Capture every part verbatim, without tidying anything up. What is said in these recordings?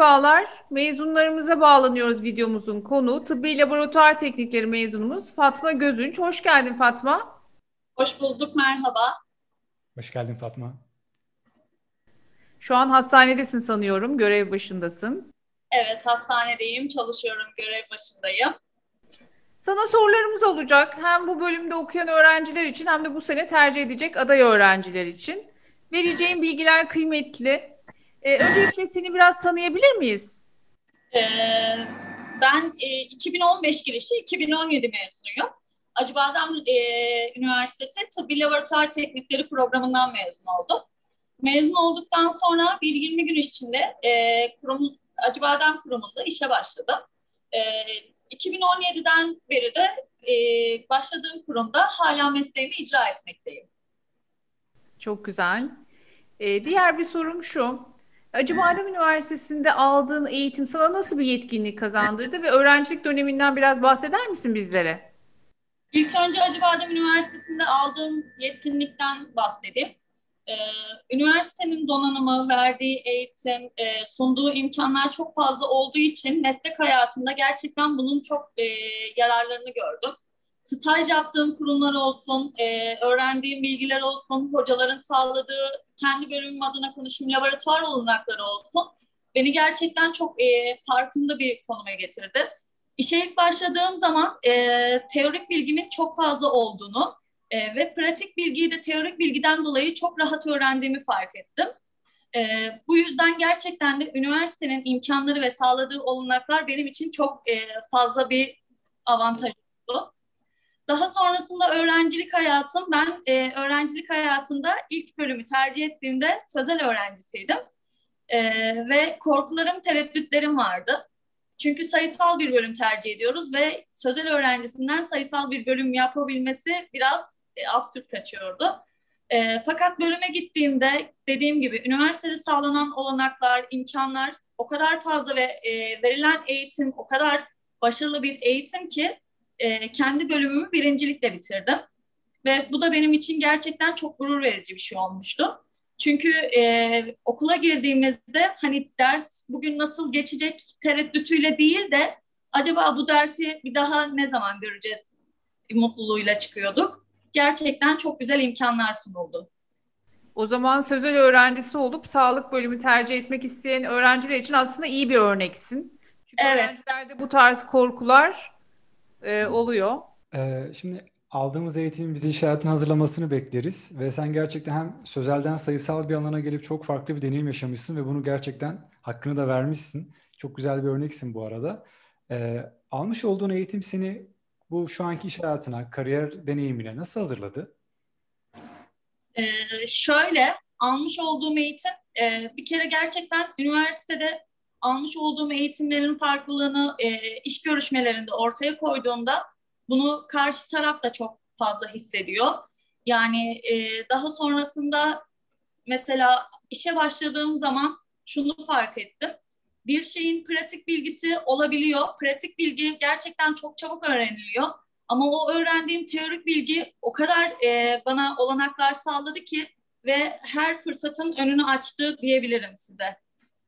Merhabalar. Mezunlarımıza bağlanıyoruz videomuzun konuğu. Tıbbi Laboratuvar Teknikleri mezunumuz Fatma Gözünç. Hoş geldin Fatma. Hoş bulduk, merhaba. Hoş geldin Fatma. Şu an hastanedesin sanıyorum. Görev başındasın. Evet, hastanedeyim, çalışıyorum, görev başındayım. Sana sorularımız olacak. Hem bu bölümde okuyan öğrenciler için hem de bu sene tercih edecek aday öğrenciler için. Vereceğim bilgiler kıymetli. Ee, öncelikle seni biraz tanıyabilir miyiz? Ee, ben e, iki bin on beş girişi, iki bin on yedi mezunuyum. Acıbadem e, Üniversitesi Tıbbi Laboratuvar Teknikleri programından mezun oldum. Mezun olduktan sonra bir yirmi gün içinde e, kurum, Acıbadem Kurumu'nda işe başladım. E, iki bin on yediden beri de e, başladığım kurumda hala mesleğimi icra etmekteyim. Çok güzel. Ee, diğer bir sorum şu. Acıbadem Üniversitesi'nde aldığın eğitim sana nasıl bir yetkinlik kazandırdı ve öğrencilik döneminden biraz bahseder misin bizlere? İlk önce Acıbadem Üniversitesi'nde aldığım yetkinlikten bahsedeyim. Ee, üniversitenin donanımı, verdiği eğitim, e, sunduğu imkanlar çok fazla olduğu için meslek hayatında gerçekten bunun çok e, yararlarını gördüm. Staj yaptığım kurumlar olsun, e, öğrendiğim bilgiler olsun, hocaların sağladığı kendi bölümüm adına konuşayım laboratuvar olanakları olsun. Beni gerçekten çok e, farkında bir konuma getirdi. İşe ilk başladığım zaman e, teorik bilgimin çok fazla olduğunu e, ve pratik bilgiyi de teorik bilgiden dolayı çok rahat öğrendiğimi fark ettim. E, bu yüzden gerçekten de üniversitenin imkanları ve sağladığı olanaklar benim için çok e, fazla bir avantaj oldu. Daha sonrasında öğrencilik hayatım, ben e, öğrencilik hayatında ilk bölümü tercih ettiğimde sözel öğrencisiydim. E, ve korkularım, tereddütlerim vardı. Çünkü sayısal bir bölüm tercih ediyoruz ve sözel öğrencisinden sayısal bir bölüm yapabilmesi biraz e, absürt kaçıyordu. E, fakat bölüme gittiğimde dediğim gibi üniversitede sağlanan olanaklar, imkanlar o kadar fazla ve e, verilen eğitim o kadar başarılı bir eğitim ki e, kendi bölümümü birincilikle bitirdim. Ve bu da benim için gerçekten çok gurur verici bir şey olmuştu. Çünkü e, okula girdiğimizde hani ders bugün nasıl geçecek tereddütüyle değil de acaba bu dersi bir daha ne zaman göreceğiz mutluluğuyla çıkıyorduk. Gerçekten çok güzel imkanlar sunuldu. O zaman sözel öğrencisi olup sağlık bölümü tercih etmek isteyen öğrenciler için aslında iyi bir örneksin. Çünkü Evet, öğrencilerde bu tarz korkular e, oluyor. Ee, şimdi aldığımız eğitimin bizi iş hayatına hazırlamasını bekleriz ve sen gerçekten hem sözelden sayısal bir alana gelip çok farklı bir deneyim yaşamışsın ve bunu gerçekten hakkını da vermişsin. Çok güzel bir örneksin bu arada. Ee, almış olduğun eğitim seni bu şu anki iş hayatına, kariyer deneyimine nasıl hazırladı? e, şöyle almış olduğum eğitim e, bir kere gerçekten üniversitede almış olduğum eğitimlerin farklılığını e, iş görüşmelerinde ortaya koyduğumda bunu karşı taraf da çok fazla hissediyor. Yani e, daha sonrasında mesela işe başladığım zaman şunu fark ettim. Bir şeyin pratik bilgisi olabiliyor. Pratik bilgi gerçekten çok çabuk öğreniliyor. Ama o öğrendiğim teorik bilgi o kadar e, bana olanaklar sağladı ki ve her fırsatın önünü açtı diyebilirim size.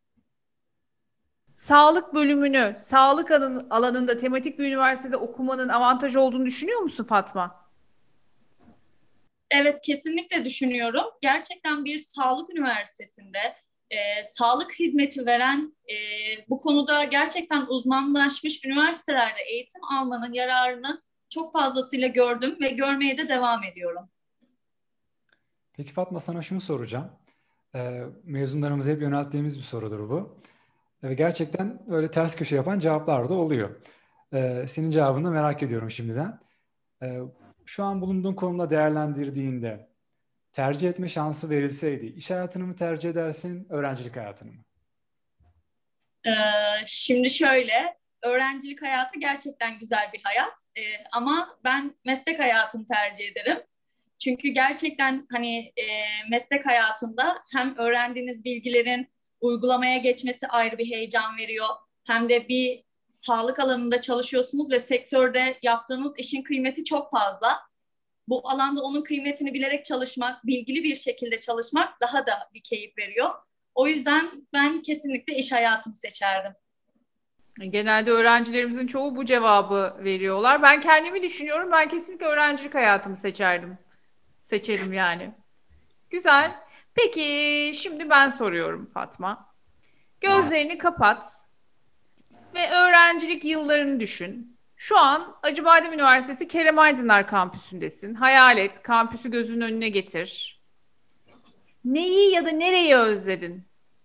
Sağlık bölümünü, sağlık alan- alanında tematik bir üniversitede okumanın avantajı olduğunu düşünüyor musun Fatma? Evet, kesinlikle düşünüyorum. Gerçekten bir sağlık üniversitesinde e, sağlık hizmeti veren, e, bu konuda gerçekten uzmanlaşmış üniversitelerde eğitim almanın yararını çok fazlasıyla gördüm ve görmeye de devam ediyorum. Peki Fatma, sana şunu soracağım. Ee, mezunlarımıza hep yönelttiğimiz bir sorudur bu. Ve gerçekten böyle ters köşe yapan cevaplar da oluyor. Ee, senin cevabını merak ediyorum şimdiden. Ee, Şu an bulunduğun konumda değerlendirdiğinde tercih etme şansı verilseydi iş hayatını mı tercih edersin, öğrencilik hayatını mı? Ee, şimdi şöyle, öğrencilik hayatı gerçekten güzel bir hayat. Ee, ama ben meslek hayatını tercih ederim. Çünkü gerçekten hani e, meslek hayatında hem öğrendiğiniz bilgilerin uygulamaya geçmesi ayrı bir heyecan veriyor. Hem de bir sağlık alanında çalışıyorsunuz ve sektörde yaptığınız işin kıymeti çok fazla. Bu alanda onun kıymetini bilerek çalışmak, bilgili bir şekilde çalışmak daha da bir keyif veriyor. O yüzden ben kesinlikle iş hayatını seçerdim. Genelde öğrencilerimizin çoğu bu cevabı veriyorlar. Ben kendimi düşünüyorum. Ben kesinlikle öğrencilik hayatımı seçerdim. Seçerim yani. Güzel. Peki şimdi ben soruyorum Fatma. Gözlerini kapat ve öğrencilik yıllarını düşün. Şu an Acıbadem Üniversitesi Kerem Aydınar kampüsündesin. Hayal et, kampüsü gözünün önüne getir. Neyi ya da nereyi özledin?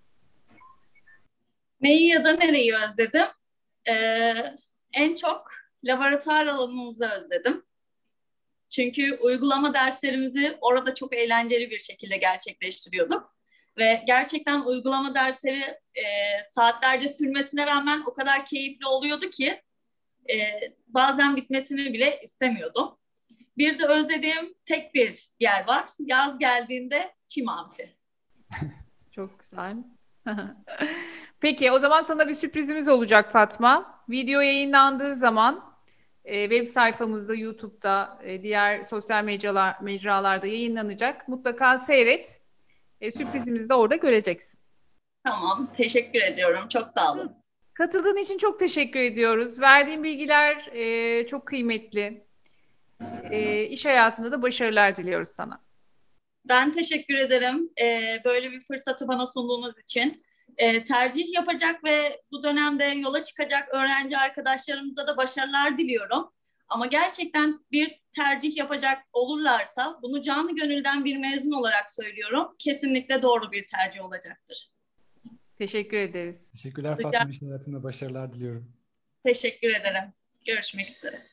Neyi ya da nereyi özledim? Ee, en çok laboratuvar alanımızı özledim. Çünkü uygulama derslerimizi orada çok eğlenceli bir şekilde gerçekleştiriyorduk. Ve gerçekten uygulama dersleri e, saatlerce sürmesine rağmen o kadar keyifli oluyordu ki e, bazen bitmesini bile istemiyordum. Bir de özlediğim tek bir yer var. Yaz geldiğinde çim amfi. Çok güzel. Peki o zaman sana bir sürprizimiz olacak Fatma. Video yayınlandığı zaman e, web sayfamızda, YouTube'da, e, diğer sosyal mecralar, mecralarda yayınlanacak. Mutlaka seyret. E, sürprizimizi de orada göreceksin. Tamam, teşekkür ediyorum. Çok sağ olun. Katıldığın için çok teşekkür ediyoruz. Verdiğin bilgiler e, çok kıymetli. E, iş hayatında da başarılar diliyoruz sana. Ben teşekkür ederim ee, böyle bir fırsatı bana sunduğunuz için. Ee, tercih yapacak ve bu dönemde yola çıkacak öğrenci arkadaşlarımıza da başarılar diliyorum. Ama gerçekten bir tercih yapacak olurlarsa bunu canı gönülden bir mezun olarak söylüyorum. Kesinlikle doğru bir tercih olacaktır. Teşekkür ederiz. Teşekkürler Rica- Fatma. İş hayatında başarılar diliyorum. Teşekkür ederim. Görüşmek üzere.